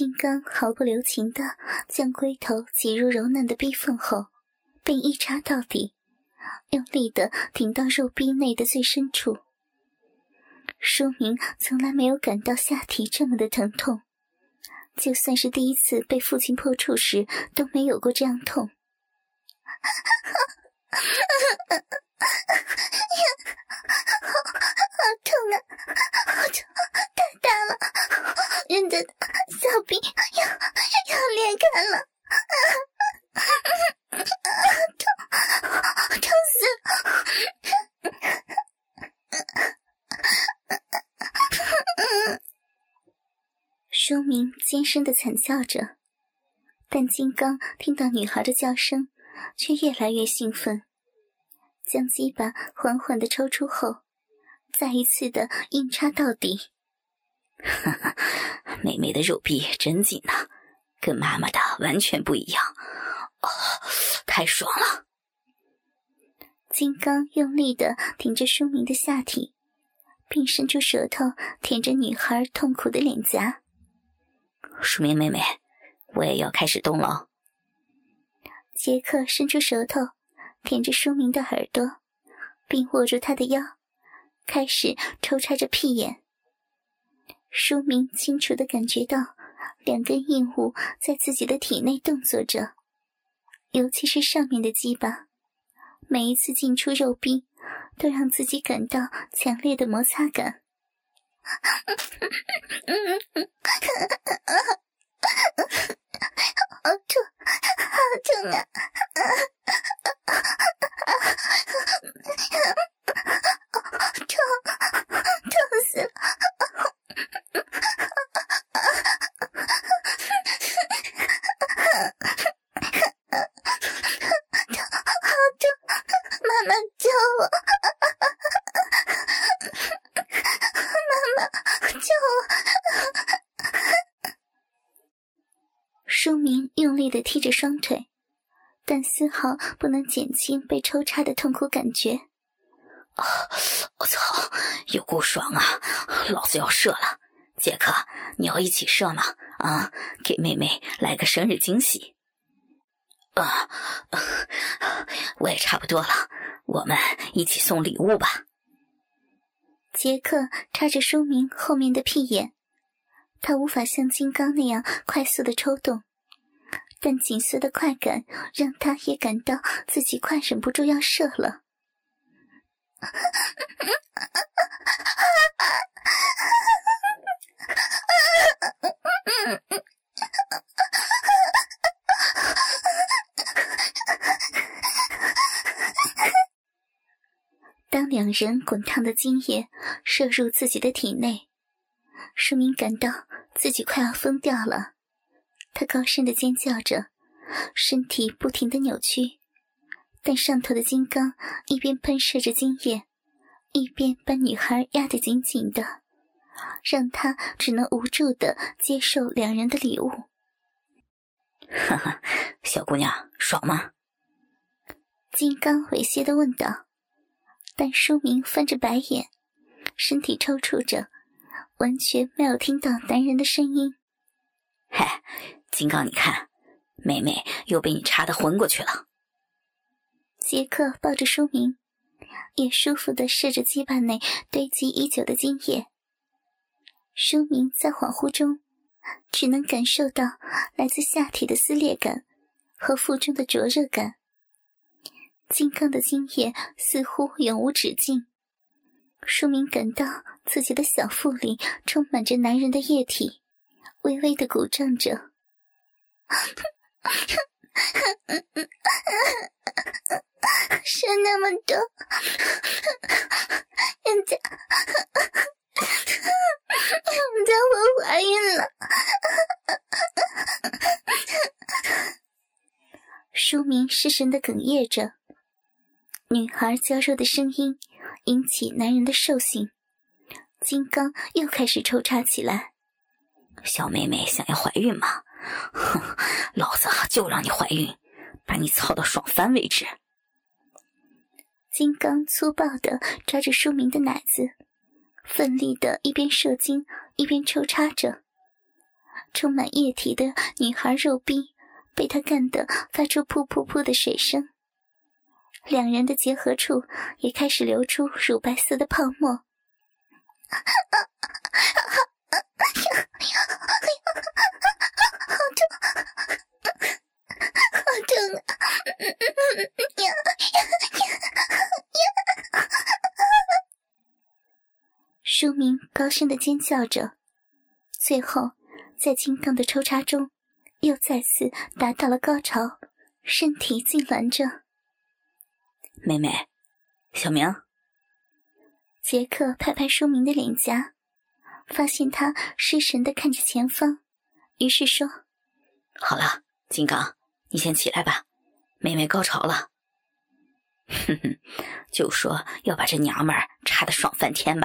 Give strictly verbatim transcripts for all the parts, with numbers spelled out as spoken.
金刚毫不留情地将龟头挤入柔嫩的逼缝后，便一插到底，用力地顶到肉壁内的最深处。舒明从来没有感到下体这么的疼痛，就算是第一次被父亲破处时都没有过这样痛。好痛啊，好痛，太大了，人的小臂要要裂开了，痛，痛死了！舒明尖声地惨叫着，但金刚听到女孩的叫声，却越来越兴奋，将鸡巴缓缓地抽出后，再一次的硬插到底。 哈哈，妹妹的肉壁真紧呐、啊，跟妈妈的完全不一样。哦，太爽了！ 金刚用力地挺着舒明的下体，并伸出舌头舔着女孩痛苦的脸颊。 舒明妹妹，我也要开始动了。 杰克伸出舌头舔着舒明的耳朵，并握住她的腰，开始抽插着屁眼。舒明清楚地感觉到两根硬物在自己的体内动作着，尤其是上面的鸡巴，每一次进出肉壁都让自己感到强烈的摩擦感。好痛，好痛啊！痛，痛死了！好痛，妈妈救我！妈妈救我！舒明用力地踢着双腿，但丝毫不能减轻被抽插的痛苦感觉。 啊！我操，有够爽啊！老子要射了！杰克，你要一起射吗？啊，给妹妹来个生日惊喜。啊，啊我也差不多了，我们一起送礼物吧。 杰克插着舒明后面的屁眼，他无法像金刚那样快速的抽动，但紧缩的快感让他也感到自己快忍不住要射了。当两人滚烫的精液射入自己的体内，舒明感到自己快要疯掉了，他高声地尖叫着，身体不停地扭曲，但上头的金刚一边喷射着精液，一边把女孩压得紧紧的，让她只能无助地接受两人的礼物。 哈哈，小姑娘，爽吗？ 金刚猥亵地问道，但舒明翻着白眼，身体抽搐着，完全没有听到男人的声音。 嘿，金刚，你看，妹妹又被你插得昏过去了。 杰克抱着舒明，也舒服地射着鸡巴内堆积已久的精液。舒明在恍惚中只能感受到来自下体的撕裂感和腹中的灼热感。金刚的精液似乎永无止境，舒明感到自己的小腹里充满着男人的液体，微微地鼓胀着。射那么多，人家人家我怀孕了。舒明失神地哽咽着，女孩娇弱的声音引起男人的兽性，金刚又开始抽插起来。 小妹妹想要怀孕吗？哼，老子就让你怀孕，把你操到爽翻为止。 金刚粗暴地抓着舒明的奶子，奋力地一边射精一边抽插着， 充满液体的女孩肉壁被他干得发出噗噗噗的水声，两人的结合处也开始流出乳白色的泡沫。好痛，好痛啊！舒明高声地尖叫着，最后在金刚的抽插中又再次达到了高潮，身体痉挛着。 妹妹，小明。 杰克拍拍舒明的脸颊，发现他失神地看着前方，于是说： 好了，金刚，你先起来吧，妹妹高潮了。哼哼，就说要把这娘们儿插得爽翻天吧。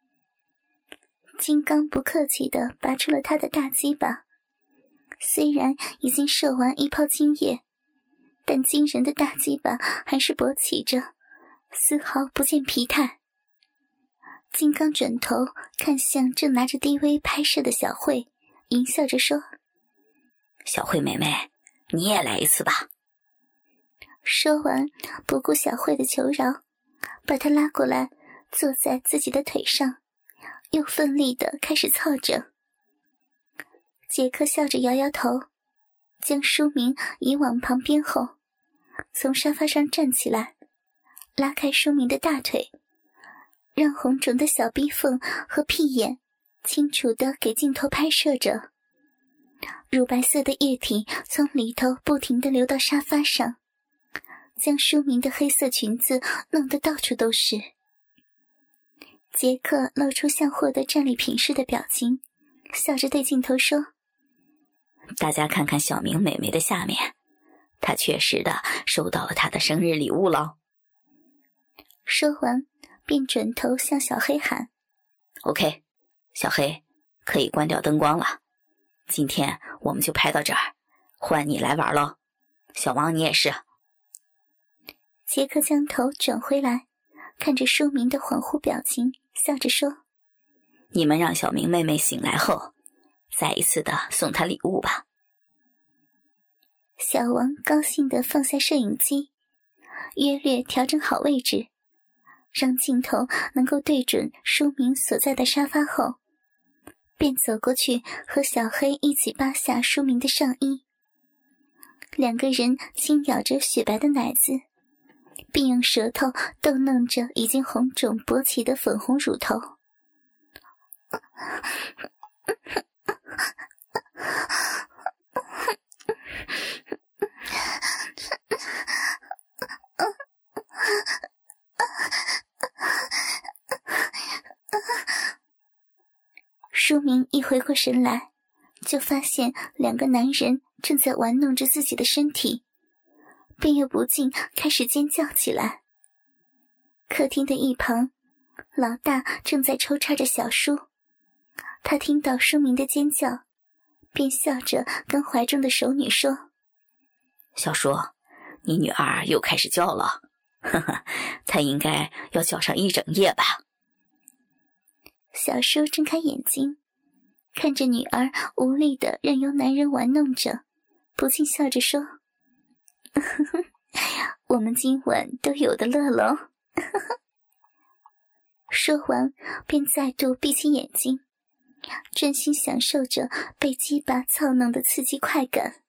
金刚不客气地拔出了他的大鸡巴，虽然已经射完一泡精液，但惊人的大鸡巴还是勃起着，丝毫不见疲态。金刚转头看向正拿着 D V 拍摄的小慧，淫笑着说： 小慧妹妹，你也来一次吧。 说完不顾小慧的求饶，把她拉过来坐在自己的腿上，又奋力地开始操着。杰克笑着摇摇头，将舒明移往旁边后，从沙发上站起来，拉开舒明的大腿，让红肿的小逼缝和屁眼清楚地给镜头拍摄着。乳白色的液体从里头不停地流到沙发上，将舒明的黑色裙子弄得到处都是。杰克露出像获得战利品似的表情，笑着对镜头说： 大家看看小明妹妹的下面，她确实的收到了她的生日礼物了。 说完便转头向小黑喊： OK， 小黑，可以关掉灯光了，今天我们就拍到这儿，换你来玩咯。小王你也是。 杰克将头转回来，看着舒明的恍惚表情，笑着说： 你们让小明妹妹醒来后，再一次的送她礼物吧。 小王高兴地放下摄影机，约略调整好位置，让镜头能够对准舒明所在的沙发后，便走过去和小黑一起扒下舒明的上衣。两个人轻咬着雪白的奶子，并用舌头逗弄着已经红肿勃起的粉红乳头。舒明一回过神来，就发现两个男人正在玩弄着自己的身体，便又不禁开始尖叫起来。客厅的一旁，老大正在抽插着小叔，他听到舒明的尖叫，便笑着跟怀中的熟女说： 小叔，你女儿又开始叫了，呵呵，她应该要叫上一整夜吧。 小叔睁开眼睛，看着女儿无力地任由男人玩弄着，不禁笑着说：呵呵，我们今晚都有的乐喽。说完便再度闭起眼睛，专心享受着被鸡巴操弄的刺激快感。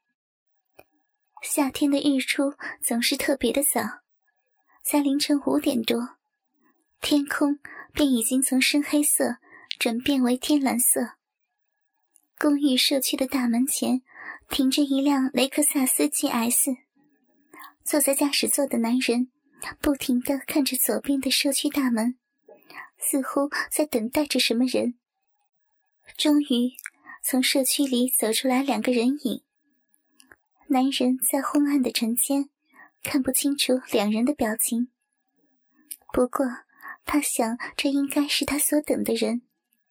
夏天的日出总是特别的早，在凌晨五点多，天空便已经从深黑色转变为天蓝色。公寓社区的大门前停着一辆雷克萨斯 G S， 坐在驾驶座的男人不停地看着左边的社区大门，似乎在等待着什么人。终于从社区里走出来两个人影，男人在昏暗的晨间看不清楚两人的表情，不过他想这应该是他所等的人。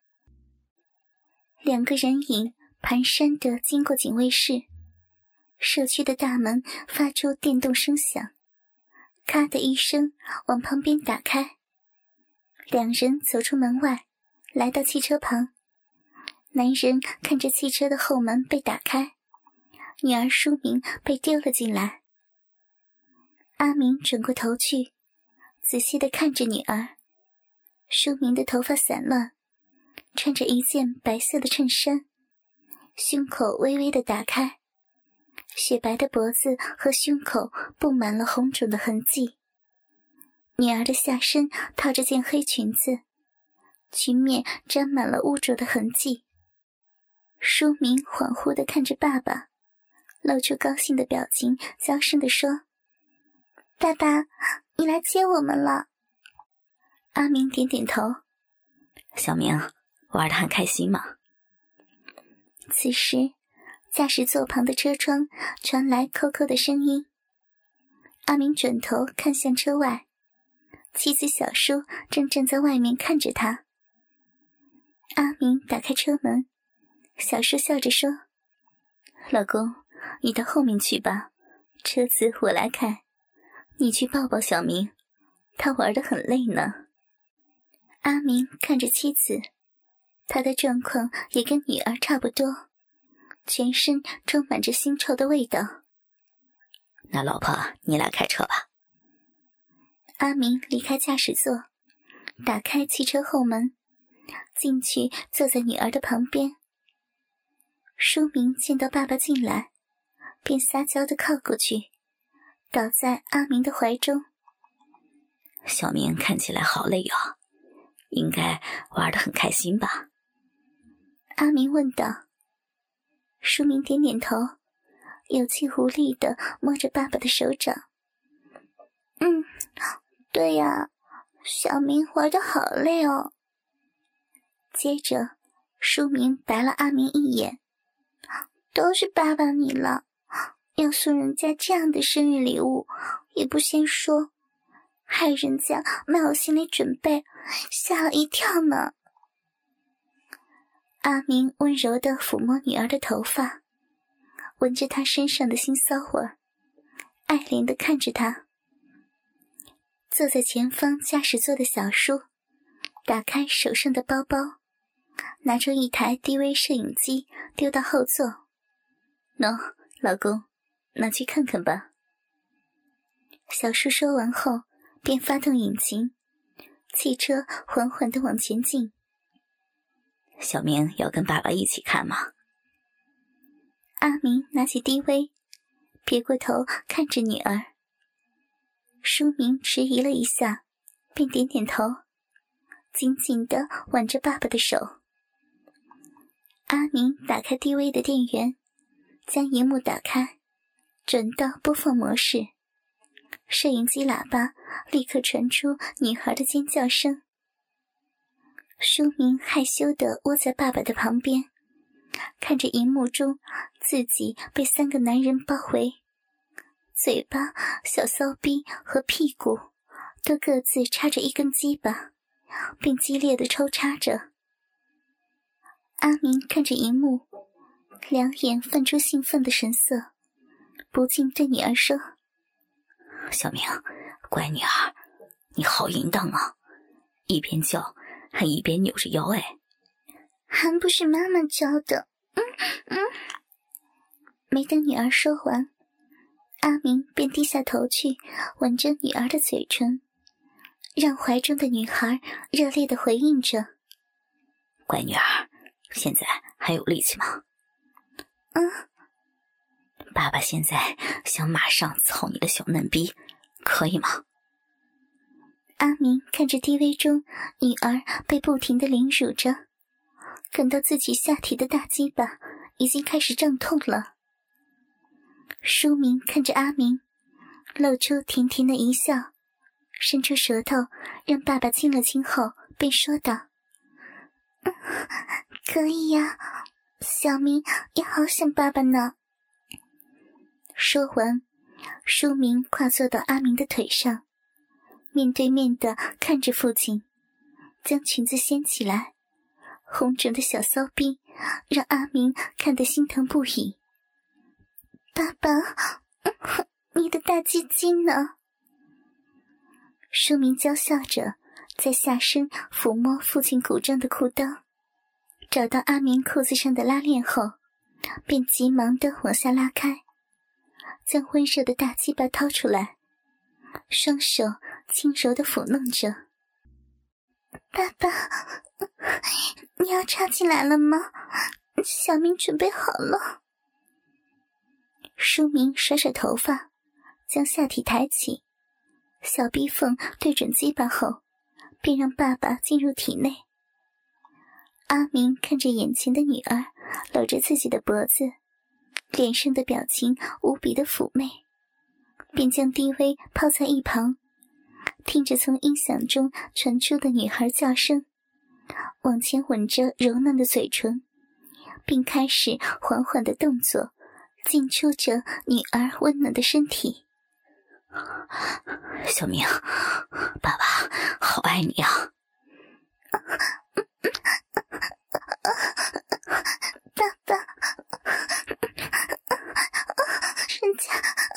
两个人影蹒跚地经过警卫室，社区的大门发出电动声响，咔的一声往旁边打开。两人走出门外，来到汽车旁， 男人看着汽车的后门被打开，女儿淑明被丢了进来。阿明转过头去，仔细地看着女儿。淑明的头发散乱，穿着一件白色的衬衫，胸口微微地打开，雪白的脖子和胸口布满了红肿的痕迹。女儿的下身套着件黑裙子，裙面沾满了污浊的痕迹。淑明恍惚地看着爸爸，露出高兴的表情，娇声地说：爸爸，你来接我们了。阿明点点头。 小明，玩得很开心吗？ 此时驾驶座旁的车窗传来扣扣的声音。阿明转头看向车外，妻子小叔正站在外面看着他。阿明打开车门，小叔笑着说： 老公，你到后面去吧，车子我来开，你去抱抱小明，他玩得很累呢。 阿明看着妻子，他的状况也跟女儿差不多，全身充满着腥臭的味道。 那老婆，你来开车吧。 阿明离开驾驶座，打开汽车后门，进去坐在女儿的旁边。淑明见到爸爸进来，便撒娇地靠过去，倒在阿明的怀中。 小明看起来好累啊，应该玩得很开心吧？ 阿明问道。淑明点点头，有气无力地摸着爸爸的手掌。嗯，对呀，小明玩得好累哦。接着，淑明白了阿明一眼。都是爸爸你了，要送人家这样的生日礼物，也不先说，害人家没有心理准备，吓了一跳呢。阿明温柔地抚摸女儿的头发，闻着她身上的腥骚味，爱怜地看着她。坐在前方驾驶座的小叔打开手上的包包，拿出一台 D V 摄影机丢到后座。 喏，老公，拿去看看吧。 小叔说完后便发动引擎，汽车缓缓地往前进。 小明要跟爸爸一起看吗？ 阿明拿起 D V， 别过头看着女儿。淑明迟疑了一下，便点点头，紧紧地挽着爸爸的手。阿明打开 D V 的电源，将萤幕打开，转到播放模式。摄影机喇叭立刻传出女孩的尖叫声。淑明害羞地窝在爸爸的旁边，看着萤幕中自己被三个男人包围，嘴巴、小骚逼和屁股都各自插着一根鸡巴，并激烈地抽插着。阿明看着萤幕，两眼泛出兴奋的神色，不禁对女儿说： 小明，乖女儿，你好淫荡啊，一边叫还一边扭着腰。哎， 还不是妈妈教的。嗯嗯。没等女儿说完，阿明便低下头去吻着女儿的嘴唇，让怀中的女孩热烈地回应着。 乖女儿，现在还有力气吗？ 嗯。 爸爸现在想马上操你的小嫩逼，可以吗？ 阿明看着 D V 中女儿被不停地凌辱着，感到自己下体的大鸡巴已经开始胀痛了。淑明看着阿明，露出甜甜的一笑，伸出舌头让爸爸亲了亲后，便说道：嗯，可以呀，小明也好想爸爸呢。说完，淑明跨坐到阿明的腿上，面对面地看着父亲，将裙子掀起来，红肿的小骚逼让阿明看得心疼不已。爸爸，你的大鸡鸡呢？淑明娇笑着在下身抚摸父亲鼓胀的裤裆， 找到阿明裤子上的拉链后，便急忙地往下拉开，将温热的大鸡巴掏出来，双手轻柔地抚弄着。爸爸，你要插进来了吗？小明准备好了。舒明甩甩头发，将下体抬起，小逼缝对准鸡巴后，便让爸爸进入体内。阿明看着眼前的女儿搂着自己的脖子，脸上的表情无比的妩媚，便将低微抛在一旁，听着从音响中传出的女孩叫声，往前吻着柔嫩的嘴唇，并开始缓缓的动作，进出着女儿温暖的身体。 小明，爸爸好爱你啊！ 爸爸，人家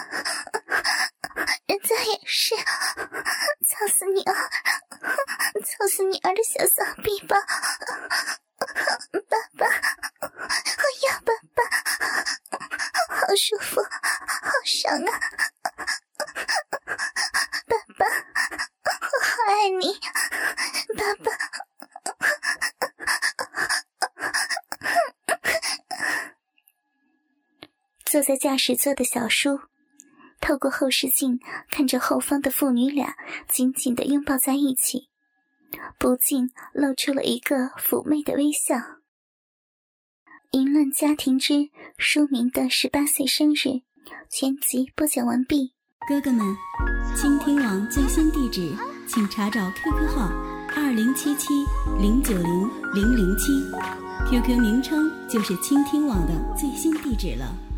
人家也是操死女儿，操死女儿的小骚逼吧！爸爸，哎呀，爸爸，好舒服，好爽啊！爸爸，我好爱你，爸爸。坐在驾驶座的小叔透过后视镜看着后方的父女俩紧紧地拥抱在一起，不禁露出了一个妩媚的微笑。淫乱家庭之舒明的十八岁生日全集播讲完毕。 哥哥们，倾听网最新地址请查找 Q Q 号二零七七零九零零零七 ，Q Q 名称就是倾听网的最新地址了。